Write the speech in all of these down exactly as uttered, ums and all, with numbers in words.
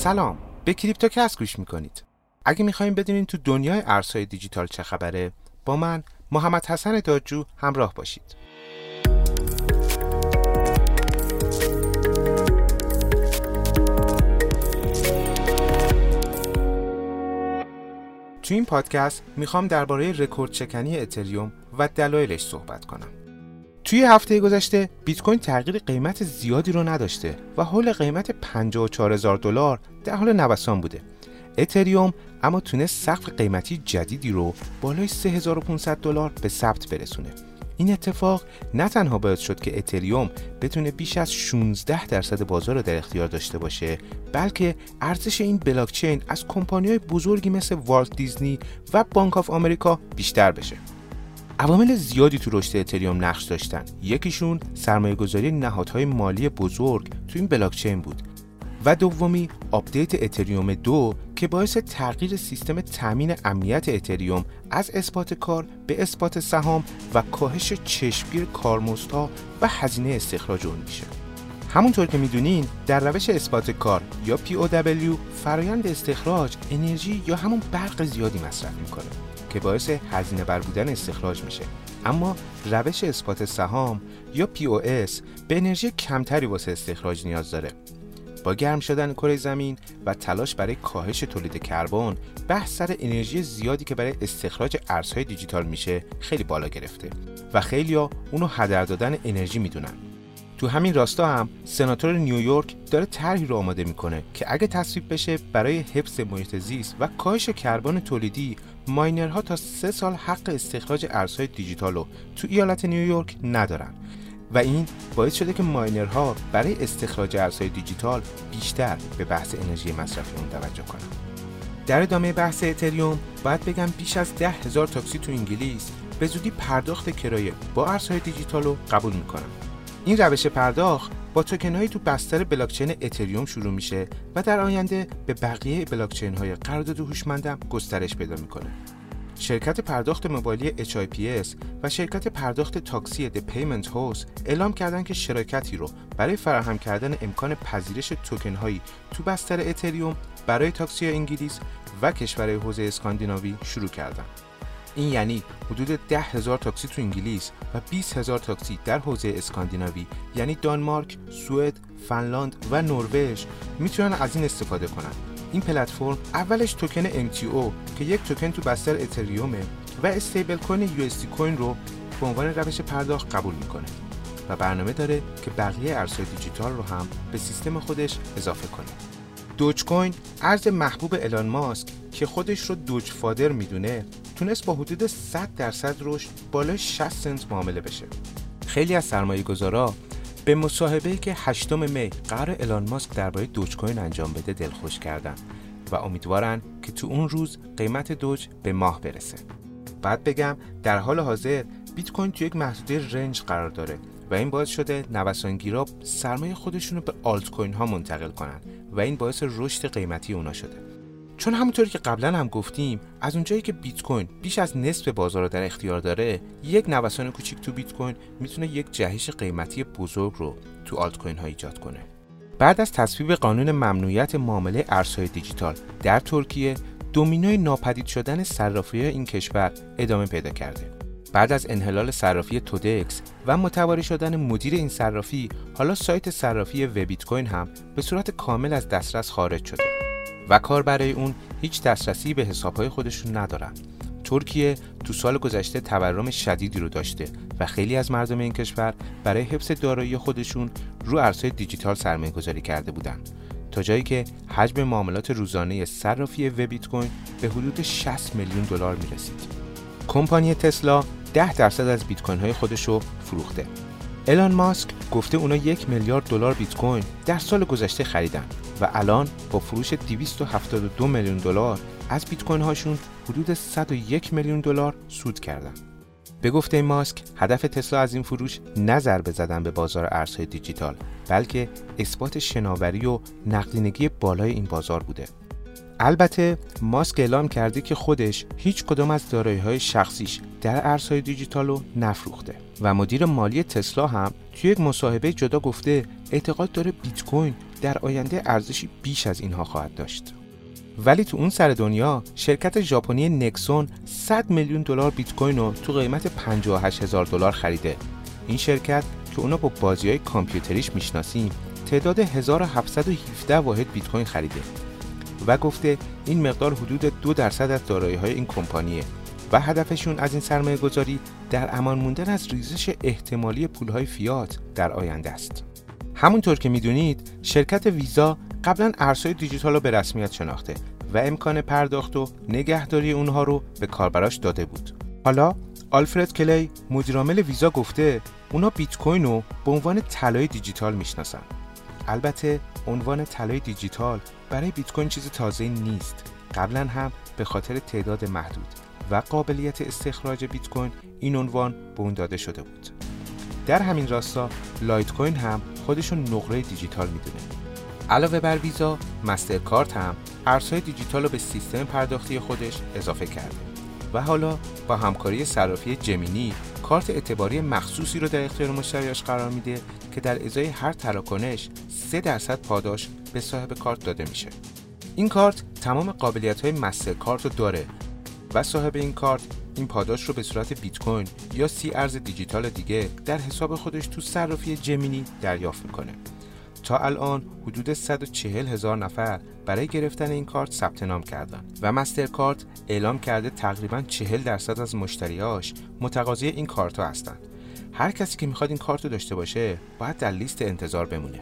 سلام، به کریپتوکست گوش میکنید. اگه میخوایم بدونین تو دنیای ارزهای دیجیتال چه خبره، با من محمد حسن دادجو همراه باشید. تو این پادکست میخوام درباره رکورد شکنی اتریوم و دلایلش صحبت کنم. توی هفته گذشته بیت کوین تغییر قیمت زیادی رو نداشته و حول قیمت پنجاه و چهار هزار دلار در حال نوسان بوده. اتریوم اما تونست سقف قیمتی جدیدی رو بالای سه هزار و پانصد دلار به ثبت برسونه. این اتفاق نه تنها باعث شد که اتریوم بتونه بیش از شانزده درصد بازار رو در اختیار داشته باشه، بلکه ارزش این بلاکچین از کمپانی‌های بزرگی مثل والت دیزنی و بانک آف آمریکا بیشتر بشه. عوامل زیادی تو رشد اتریوم نقش داشتن. یکیشون سرمایه‌گذاری نهادهای مالی بزرگ تو این بلاکچین بود و دومی آپدیت اتریوم دو که باعث تغییر سیستم تامین امنیت اتریوم از اثبات کار به اثبات سهام و کاهش چشمگیر کارمزدها و هزینه استخراج اون میشه. همونطور که میدونین در روش اثبات کار یا پی او دبلیو فرایند استخراج انرژی یا همون برق زیادی مصرف میکنه که باعث هزینه بر بودن استخراج میشه، اما روش اثبات سهام یا پی او اس به انرژی کمتری واسه استخراج نیاز داره. با گرم شدن کره زمین و تلاش برای کاهش تولید کربن، بحث سر انرژی زیادی که برای استخراج ارزهای دیجیتال میشه خیلی بالا گرفته و خیلیا اونو هدر دادن انرژی میدونن. تو همین راستا هم سناتور نیویورک داره طرحی رو آماده میکنه که اگه تصویب بشه برای حفظ محیط زیست و کاهش کربن تولیدی، ماینرها تا سه سال حق استخراج ارزهای دیجیتال رو تو ایالت نیویورک ندارن و این باعث شده که ماینرها برای استخراج ارزهای دیجیتال بیشتر به بحث انرژی مصرفی اون توجه کنن. در ادامه بحث اتریوم باید بگم بیش از ده هزار تاکسی تو انگلیس به زودی پرداخت کرایه با ارزهای دیجیتال رو قبول میکنن. این روش پرداخت با توکن‌های تو بستر بلاکچین اتریوم شروع میشه و در آینده به بقیه بلاکچین‌های قرارداد هوشمندم گسترش پیدا میکنه. شرکت پرداخت موبایلی اچ آی پی اس و شرکت پرداخت تاکسی The Payment House اعلام کردن که شراکتی رو برای فراهم کردن امکان پذیرش توکن‌هایی تو بستر اتریوم برای تاکسی انگلیس و کشورهای حوزه اسکاندیناوی شروع کردن. این یعنی حدود ده هزار تاکسی تو انگلیس و بیست هزار تاکسی در حوزه اسکاندیناوی، یعنی دانمارک، سوئد، فنلاند و نروژ میتونن از این استفاده کنن. این پلتفرم اولش توکن ام تی او که یک توکن تو بستر اتریومه و استیبل کوین یو اس دی کوین رو به عنوان روش پرداخت قبول میکنه و برنامه داره که بقیه ارزهای دیجیتال رو هم به سیستم خودش اضافه کنه. دوج کوین، ارز محبوب ایلان ماسک که خودش رو دوج فادر میدونه، تونست با حدود صد درصد رشد بالای شصت سنت معامله بشه. خیلی از سرمایه‌گذارا به مصاحبه‌ای که هشتم می قرار ایلان ماسک درباره دوج کوین انجام بده دلخوش کردن و امیدوارن که تو اون روز قیمت دوج به ماه برسه. بعد بگم در حال حاضر بیت کوین تو یک محدوده رنج قرار داره و این باعث شده نوسانگیرا سرمایه خودشونو به آلت کوین ها منتقل کنن و این باعث رشد قیمتی اونا شده. چون همونطوری که قبلا هم گفتیم، از اونجایی که بیت کوین بیش از نصف بازار رو در اختیار داره، یک نوسان کوچیک تو بیت کوین میتونه یک جهش قیمتی بزرگ رو تو آلت کوین ها ایجاد کنه. بعد از تصویب قانون ممنوعیت معامله ارزهای دیجیتال در ترکیه، دومینوی ناپدید شدن صرافی‌های این کشور ادامه پیدا کرده. بعد از انحلال صرافی تودکس و متواری شدن مدیر این صرافی، حالا سایت صرافی و بیت کوین هم به صورت کامل از دسترس خارج شده و کار برای اون هیچ دسترسی به حسابهای خودشون ندارن. ترکیه تو سال گذشته تورم شدیدی رو داشته و خیلی از مردم این کشور برای حفظ دارایی خودشون رو ارزهای دیجیتال سرمایه گذاری کرده بودن، تا جایی که حجم معاملات روزانه صرافی و بیت کوین به حدود شصت میلیون دلار میرسید. کمپانی تسلا ده درصد از بیت کوین های خودش رو فروخته. ایلان ماسک گفته اونا یک میلیارد دلار بیت کوین در سال گذشته خریدن و الان با فروش دویست و هفتاد و دو میلیون دلار از بیت کوین هاشون حدود صد و یک میلیون دلار سود کردن. به گفته ماسک، هدف تسلا از این فروش نه ضربه زدن به بازار ارزهای دیجیتال، بلکه اثبات شناوری و نقدینگی بالای این بازار بوده. البته ماسک اعلام کرده که خودش هیچ کدام از دارایی‌های شخصیش در ارزهای دیجیتال رو نفروخته و مدیر مالی تسلا هم توی یک مصاحبه جدا گفته اعتقاد داره بیت کوین در آینده ارزشی بیش از اینها خواهد داشت. ولی تو اون سر دنیا شرکت ژاپنی نکسون صد میلیون دلار بیت کوین رو تو قیمت پنجاه و هشت هزار دلار خریده. این شرکت که اونا با بازی‌های کامپیوتریش میشناسیم تعداد هزار و هفتصد و هفده واحد بیت کوین خریده و گفته این مقدار حدود دو درصد از دارایی‌های این کمپانیه و هدفشون از این سرمایه‌گذاری در امان موندن از ریزش احتمالی پول‌های فیات در آینده است. همونطور که میدونید شرکت ویزا قبلا ارزهای دیجیتال رو به رسمیت شناخته و امکان پرداخت و نگهداری اونها رو به کاربراش داده بود. حالا آلفرد کلی مدیرعامل ویزا گفته اونا بیت کوین رو به عنوان طلای دیجیتال میشناسن. البته عنوان طلای دیجیتال برای بیت کوین چیز تازه‌ای نیست. قبلا هم به خاطر تعداد محدود و قابلیت استخراج بیت کوین این عنوان به اون داده شده بود. در همین راستا لایت کوین هم خودشون نقره دیجیتال میدونه. علاوه بر ویزا، مسترکارت هم ارزهای دیجیتال رو به سیستم پرداختی خودش اضافه کرده و حالا با همکاری صرافی جمینی کارت اعتباری مخصوصی رو در اختیار مشتریاش قرار میده که در ازای هر تراکنش سه درصد پاداش به صاحب کارت داده میشه. این کارت تمام قابلیت‌های مسترکارت رو داره و صاحب این کارت این پاداش رو به صورت بیت کوین یا سی ارز دیجیتال دیگه در حساب خودش تو صرافی جمینی دریافت میکنه. تا الان حدود صد و چهل هزار نفر برای گرفتن این کارت ثبت نام کردن و مسترکارت اعلام کرده تقریباً چهل درصد از مشتریاش متقاضی این کارت ها هستن. هر کسی که میخواد این کارت رو داشته باشه باید در لیست انتظار بمونه.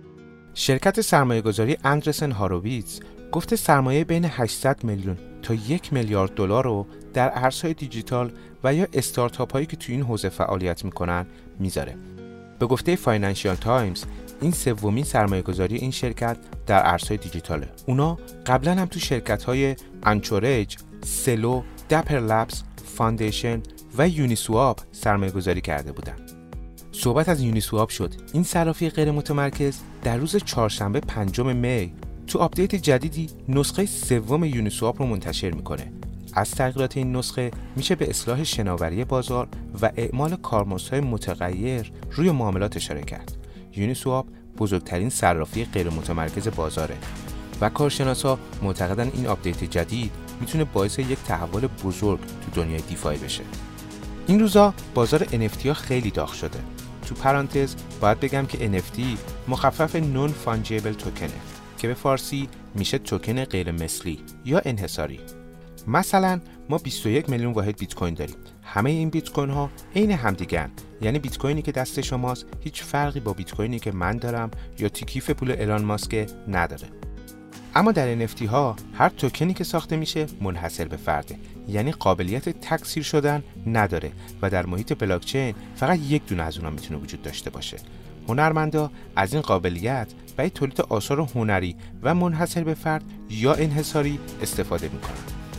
شرکت سرمایه‌گذاری اندرسن هاروویتز گفته سرمایه بین هشتصد میلیون تا یک میلیارد دلار رو در ارزهای دیجیتال و یا استارتاپ هایی که توی این حوزه فعالیت میکنن میذاره. به گفته فاینانشیال تایمز این سومین سرمایه‌گذاری این شرکت در ارزهای دیجیتاله. اونا قبلا هم تو شرکت‌های انچورج، سلو، دپر لبز، فاندیشن و یونیسواب سرمایه‌گذاری کرده بودن. صحبت از یونیسواب شد. این صرافی غیر متمرکز در روز چهارشنبه پنجم می تو آپدیت جدیدی نسخه سوم یونیسواب رو منتشر میکنه. از تغییرات این نسخه میشه به اصلاح شناوری بازار و اعمال کارمزدهای متغیر روی معاملات اشاره کرد. یونیسواب بزرگترین صرافی غیر متمرکز بازاره و کارشناسا معتقدن این آپدیت جدید میتونه باعث یک تحول بزرگ تو دنیای دیفای بشه. این روزا بازار ان اف تی ها خیلی داغ شده. تو پرانتز باید بگم که ان اف تی مخفف نون فانجیبل توکنه که به فارسی میشه توکن غیر مثلی یا انحصاری. مثلا ما بیست و یک میلیون واحد بیت کوین داریم. همه این بیت کوین ها عین همدیگه‌ان. یعنی بیت کوینی که دست شماست هیچ فرقی با بیت کوینی که من دارم یا تیکیف پول ایلان ماسک نداره. اما در ان اف تی ها هر توکنی که ساخته میشه منحصر به فرده، یعنی قابلیت تکثیر شدن نداره و در محیط بلاکچین فقط یک دونه از اونها میتونه وجود داشته باشه. هنرمندا از این قابلیت برای تولید آثار هنری و منحصر به فرد یا انحصاری استفاده میکنن.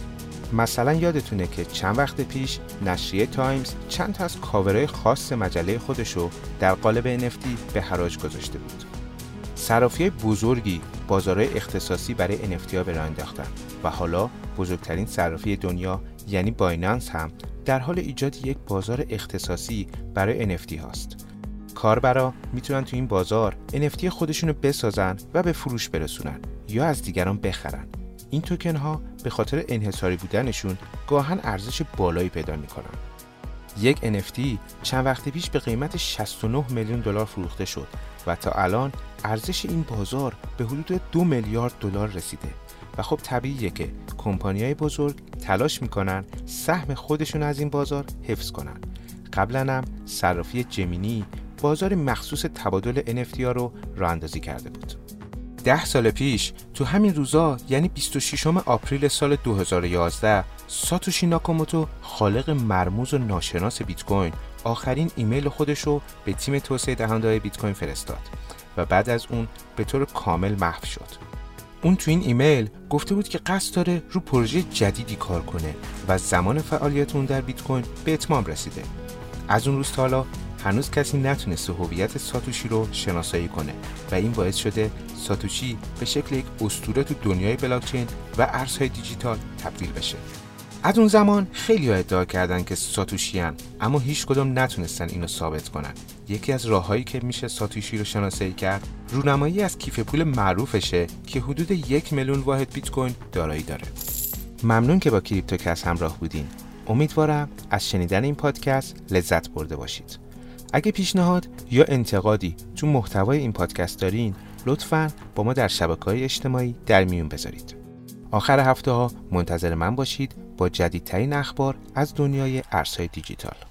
مثلا یادتونه که چند وقت پیش نشریه تایمز چند تا از کاورهای خاص مجله خودشو در قالب ان اف تی به حراج گذاشته بود. صرافی‌های بزرگی بازارهای اختصاصی برای ان اف تی ها به راه انداختن و حالا بزرگترین صرافی دنیا یعنی بایننس هم در حال ایجاد یک بازار اختصاصی برای ان اف تی هاست. کاربرا میتونن تو این بازار ان اف تی خودشونو بسازن و به فروش برسونن یا از دیگران بخرن. این توکن ها به خاطر انحصاری بودنشون گاهن ارزش بالایی پیدا میکنن. یک ان اف تی چند وقت پیش به قیمت شصت و نه میلیون دلار فروخته شد و تا الان ارزش این بازار به حدود دو میلیارد دلار رسیده و خب طبیعیه که کمپانی‌های بزرگ تلاش میکنن سهم خودشون از این بازار حفظ کنن. قبلا هم صرافی جمینی بازار مخصوص تبادل ان اف تی ها رو راه اندازی کرده بود. ده سال پیش تو همین روزا یعنی بیست و ششم آپریل سال دو هزار و یازده ساتوشی ناکاموتو خالق مرموز و ناشناس بیت کوین آخرین ایمیل خودش رو به تیم توسعه دهنده‌های بیت کوین فرستاد و بعد از اون به طور کامل محو شد. اون تو این ایمیل گفته بود که قصد داره رو پروژه جدیدی کار کنه و زمان فعالیت اون در بیت کوین به اتمام رسیده. از اون روز تا حالا هنوز کسی نتونسته هویت ساتوشی رو شناسایی کنه و این باعث شده ساتوشی به شکل یک اسطوره تو دنیای بلاکچین و ارزهای دیجیتال تبدیل بشه. از اون زمان خیلی ها ادعا کردن که ساتوشیان، اما هیچ کدوم نتونستن اینو ثابت کنن. یکی از راههایی که میشه ساتوشی رو شناسایی کرد، رونمایی از کیف پول معروفشه که حدود یک میلیون واحد بیت کوین دارایی داره. ممنون که با کریپتوکست همراه بودین. امیدوارم از شنیدن این پادکست لذت برده باشید. اگه پیشنهاد یا انتقادی تو محتوای این پادکست دارین، لطفاً با ما در شبکه‌های اجتماعی در میون بذارید. آخر هفته ها منتظر من باشید با جدیدترین اخبار از دنیای ارزهای دیجیتال.